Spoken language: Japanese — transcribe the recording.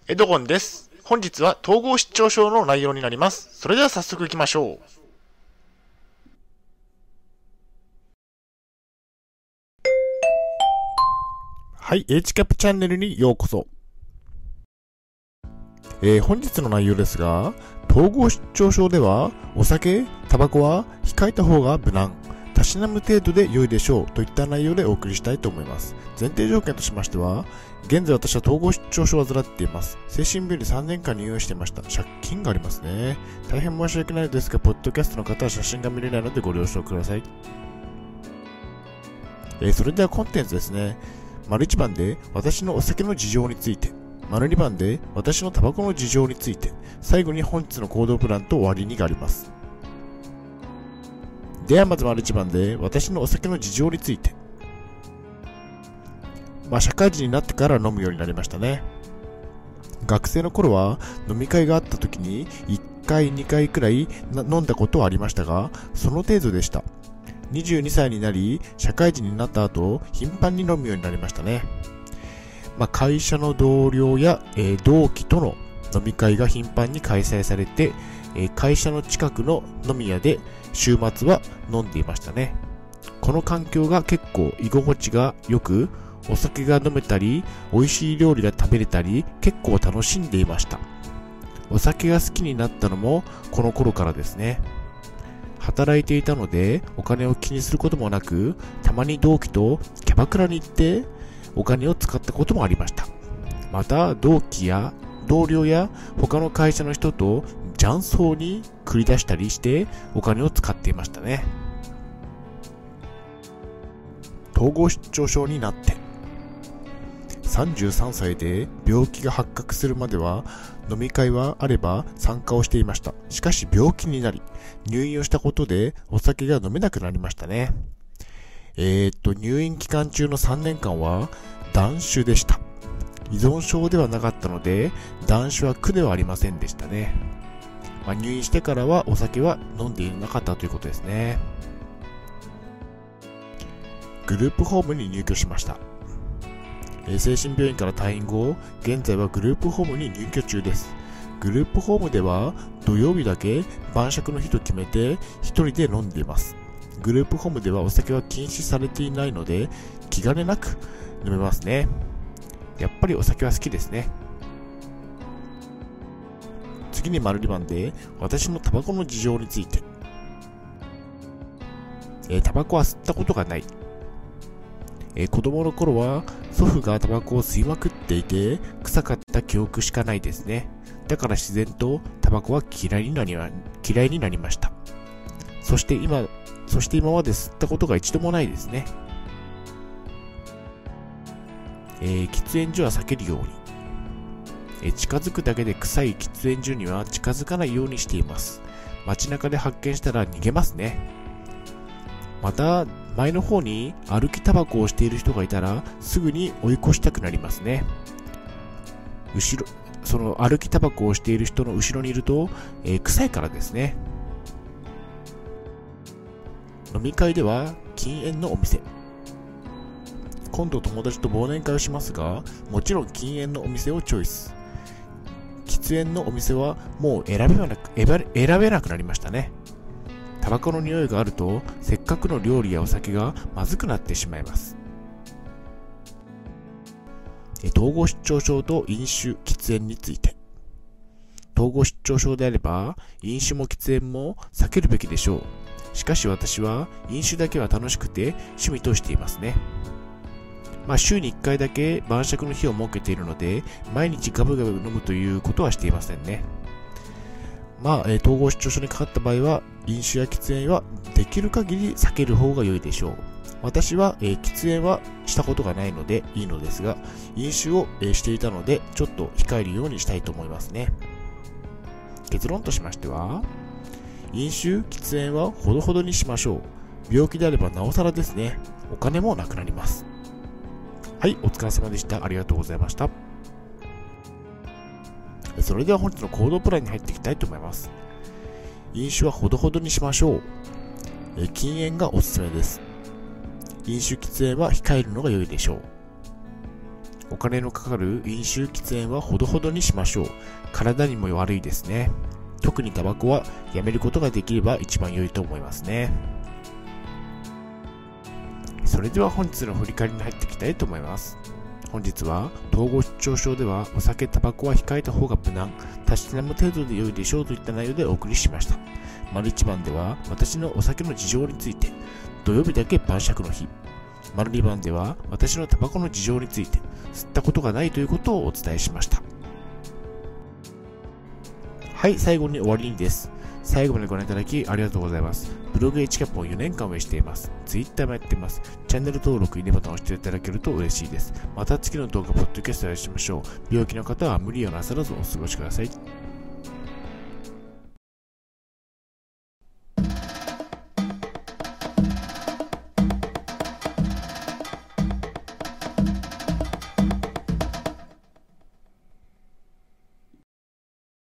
エドゴンです。本日は統合失調症の内容になります。それでは早速行きましょう。はい、HCAP チャンネルにようこそ。本日の内容ですが、統合失調症ではお酒、タバコは控えた方が無難、たしなむ程度で良いでしょうといった内容でお送りしたいと思います。前提条件としましては、現在私は統合失調症を患っています。精神病院に3年間入院していました。借金がありますね。大変申し訳ないのですが、ポッドキャストの方は写真が見れないのでご了承ください。それではコンテンツですね。丸1番で私のお酒の事情について、丸2番で私のタバコの事情について、最後に本日の行動プランと終わりにがあります。ではまず丸1番で私のお酒の事情について。社会人になってから飲むようになりましたね。学生の頃は飲み会があった時に1回2回くらい飲んだことはありましたが、その程度でした。22歳になり社会人になった後、頻繁に飲むようになりましたね。会社の同僚や、同期との飲み会が頻繁に開催されて、会社の近くの飲み屋で週末は飲んでいましたね。この環境が結構居心地が良く、お酒が飲めたり、美味しい料理が食べれたり、結構楽しんでいました。お酒が好きになったのもこの頃からですね。働いていたのでお金を気にすることもなく、たまに同期とキャバクラに行ってお金を使ったこともありました。また同期や同僚や他の会社の人と雀荘に繰り出したりしてお金を使っていましたね。統合失調症になって33歳で病気が発覚するまでは飲み会はあれば参加をしていました。しかし病気になり入院をしたことでお酒が飲めなくなりましたね。入院期間中の3年間は断酒でした。依存症ではなかったので断酒は苦ではありませんでしたね。入院してからはお酒は飲んでいなかったということですね。グループホームに入居しました。精神病院から退院後、現在はグループホームに入居中です。グループホームでは土曜日だけ晩酌の日と決めて一人で飲んでいます。グループホームではお酒は禁止されていないので気兼ねなく飲めますね。やっぱりお酒は好きですね。次に丸2番で私のタバコの事情について。タバコは吸ったことがない。子供の頃は祖父がタバコを吸いまくっていて臭かった記憶しかないですね。だから自然とタバコは嫌いになりました。そして今まで吸ったことが一度もないですね。喫煙所は避けるように。近づくだけで臭い喫煙所には近づかないようにしています。街中で発見したら逃げますね。また前の方に歩きタバコをしている人がいたらすぐに追い越したくなりますね。その歩きタバコをしている人の後ろにいると、臭いからですね。飲み会では禁煙のお店。今度友達と忘年会をしますが、もちろん禁煙のお店をチョイス。喫煙のお店はもう選べなくなりましたね。タバコの匂いがあるとせっかくの料理やお酒がまずくなってしまいます。統合失調症と飲酒、喫煙について。統合失調症であれば飲酒も喫煙も避けるべきでしょう。しかし私は飲酒だけは楽しくて趣味としていますね。週に1回だけ晩酌の日を設けているので毎日ガブガブ飲むということはしていませんね。統合失調症にかかった場合は飲酒や喫煙はできる限り避ける方が良いでしょう。私は、喫煙はしたことがないのでいいのですが、飲酒を、していたのでちょっと控えるようにしたいと思いますね。結論としましては、飲酒、喫煙はほどほどにしましょう。病気であればなおさらですね。お金もなくなります。はい、お疲れ様でした。ありがとうございました。それでは本日の行動プランに入っていきたいと思います。飲酒はほどほどにしましょう。禁煙がおすすめです。飲酒、喫煙は控えるのが良いでしょう。 お金のかかる飲酒喫煙はほどほどにしましょう。体にも悪いですね。特にタバコはやめることができれば一番良いと思いますね。それでは本日の振り返りに入っていきたいと思います。本日は統合失調症ではお酒、タバコは控えた方が無難、たしなむ程度で良いでしょうといった内容でお送りしました。丸1番では私のお酒の事情について、土曜日だけ晩酌の日。丸2番では私のタバコの事情について、吸ったことがないということをお伝えしました。はい、最後に終わりにです。最後までご覧いただきありがとうございます。ブログ HCAP を4年間運営しています。Twitter もやっています。チャンネル登録、いいねボタンを押していただけると嬉しいです。また次の動画、ポッドキャストでお会いしましょう。病気の方は無理をなさらずお過ごしください。